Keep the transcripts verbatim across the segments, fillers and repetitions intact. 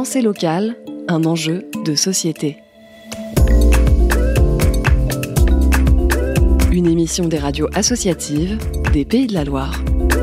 Pensée locale, un enjeu de société. Une émission des radios associatives des Pays de la Loire.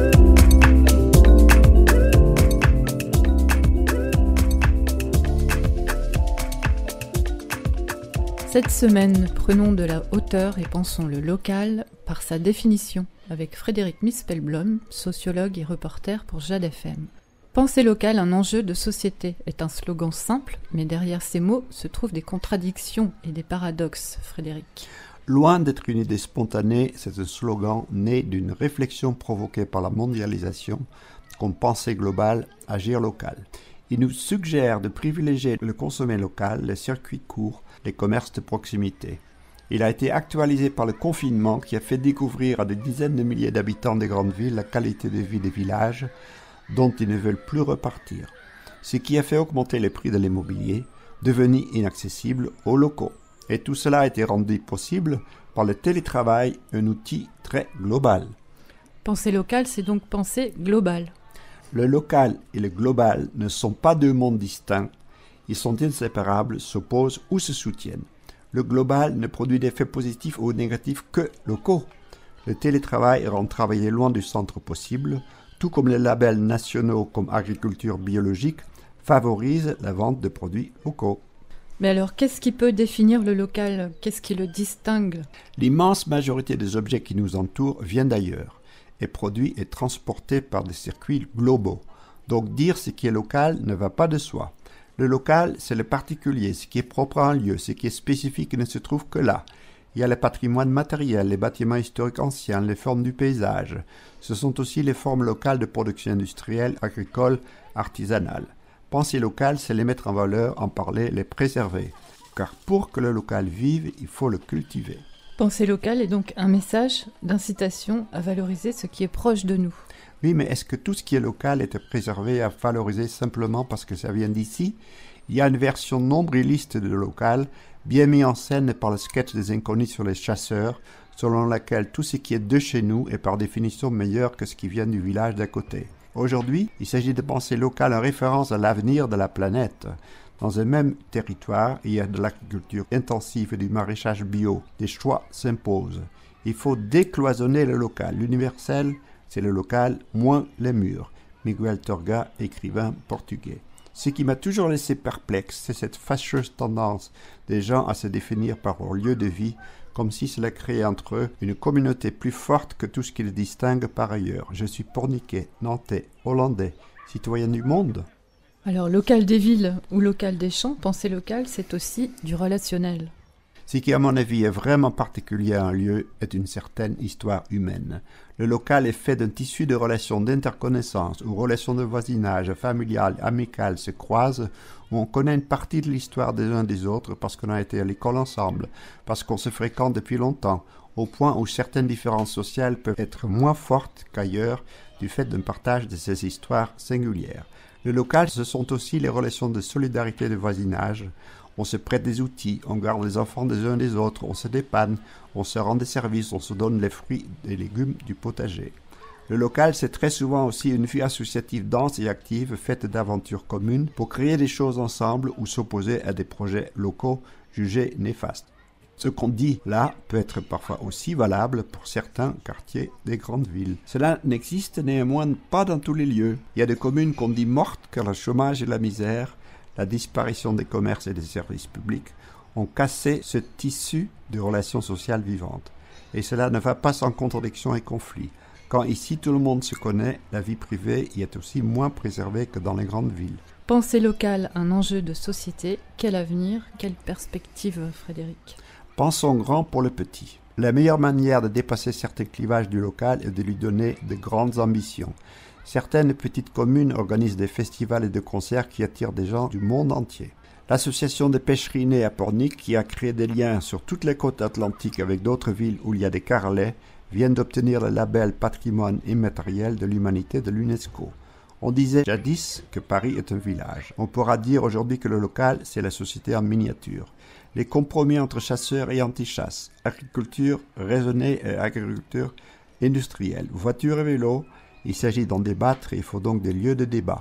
Cette semaine, prenons de la hauteur et pensons le local par sa définition avec Frédéric Mispelblom, sociologue et reporter pour Jade F M. Penser local, un enjeu de société est un slogan simple, mais derrière ces mots se trouvent des contradictions et des paradoxes, Frédéric. Loin d'être une idée spontanée, c'est un slogan né d'une réflexion provoquée par la mondialisation, comme pensée globale, agir local. Il nous suggère de privilégier le consommer local, les circuits courts, les commerces de proximité. Il a été actualisé par le confinement qui a fait découvrir à des dizaines de milliers d'habitants des grandes villes la qualité de vie des villages dont ils ne veulent plus repartir, ce qui a fait augmenter les prix de l'immobilier, devenu inaccessible aux locaux. Et tout cela a été rendu possible par le télétravail, un outil très global. Penser local, c'est donc penser global. Le local et le global ne sont pas deux mondes distincts, ils sont inséparables, s'opposent ou se soutiennent. Le global ne produit d'effets positifs ou négatifs que locaux. Le télétravail rend travailler loin du centre possible, tout comme les labels nationaux comme agriculture biologique favorisent la vente de produits locaux. Mais alors, qu'est-ce qui peut définir le local ? Qu'est-ce qui le distingue ? L'immense majorité des objets qui nous entourent viennent d'ailleurs, et produits et transportés par des circuits globaux. Donc dire ce qui est local ne va pas de soi. Le local, c'est le particulier, ce qui est propre à un lieu, ce qui est spécifique et ne se trouve que là. Il y a le patrimoine matériel, les bâtiments historiques anciens, les formes du paysage. Ce sont aussi les formes locales de production industrielle, agricole, artisanale. Penser local, c'est les mettre en valeur, en parler, les préserver. Car pour que le local vive, il faut le cultiver. Penser local est donc un message d'incitation à valoriser ce qui est proche de nous. Oui, mais est-ce que tout ce qui est local est préservé et à valoriser simplement parce que ça vient d'ici ? Il y a une version nombriliste de local, bien mise en scène par le sketch des Inconnus sur les chasseurs, selon laquelle tout ce qui est de chez nous est par définition meilleur que ce qui vient du village d'à côté. Aujourd'hui, il s'agit de penser local en référence à l'avenir de la planète. Dans un même territoire, il y a de l'agriculture intensive et du maraîchage bio. Des choix s'imposent. Il faut décloisonner le local. L'universel, c'est le local, moins les murs. Miguel Torga, écrivain portugais. Ce qui m'a toujours laissé perplexe, c'est cette fâcheuse tendance des gens à se définir par leur lieu de vie, comme si cela créait entre eux une communauté plus forte que tout ce qui les distingue par ailleurs. Je suis porniquais, nantais, hollandais, citoyen du monde. Alors, local des villes ou local des champs, penser local, c'est aussi du relationnel. Ce qui, à mon avis, est vraiment particulier à un lieu est une certaine histoire humaine. Le local est fait d'un tissu de relations d'interconnaissance, où relations de voisinage, familiales, amicales se croisent, où on connaît une partie de l'histoire des uns des autres parce qu'on a été à l'école ensemble, parce qu'on se fréquente depuis longtemps, au point où certaines différences sociales peuvent être moins fortes qu'ailleurs du fait d'un partage de ces histoires singulières. Le local, ce sont aussi les relations de solidarité de voisinage. On se prête des outils, on garde les enfants des uns des autres, on se dépanne, on se rend des services, on se donne les fruits et légumes du potager. Le local, c'est très souvent aussi une vie associative dense et active, faite d'aventures communes, pour créer des choses ensemble ou s'opposer à des projets locaux jugés néfastes. Ce qu'on dit là peut être parfois aussi valable pour certains quartiers des grandes villes. Cela n'existe néanmoins pas dans tous les lieux. Il y a des communes qu'on dit mortes car le chômage et la misère, la disparition des commerces et des services publics ont cassé ce tissu de relations sociales vivantes. Et cela ne va pas sans contradiction et conflit. Quand ici tout le monde se connaît, la vie privée y est aussi moins préservée que dans les grandes villes. Penser local, un enjeu de société, quel avenir, quelle perspective, Frédéric ? Pensons grand pour le petit. La meilleure manière de dépasser certains clivages du local est de lui donner de grandes ambitions. Certaines petites communes organisent des festivals et des concerts qui attirent des gens du monde entier. L'association des pêcheries nées à Pornic, qui a créé des liens sur toutes les côtes atlantiques avec d'autres villes où il y a des carrelets, vient d'obtenir le label Patrimoine immatériel de l'humanité de l'UNESCO. On disait jadis que Paris est un village. On pourra dire aujourd'hui que le local, c'est la société en miniature. Les compromis entre chasseurs et anti-chasse, agriculture raisonnée et agriculture industrielle, voitures et vélos, il s'agit d'en débattre et il faut donc des lieux de débat.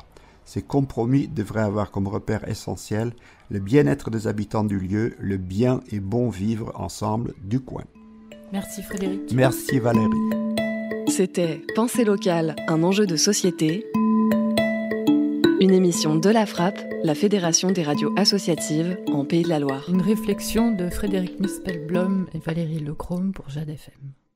Ces compromis devraient avoir comme repère essentiel le bien-être des habitants du lieu, le bien et bon vivre ensemble du coin. Merci Frédéric. Merci Valérie. C'était Pensée locale, un enjeu de société. Une émission de la Frappe, la Fédération des radios associatives en Pays de la Loire. Une réflexion de Frédéric Mispelblom et Valérie Lecrome pour Jade F M.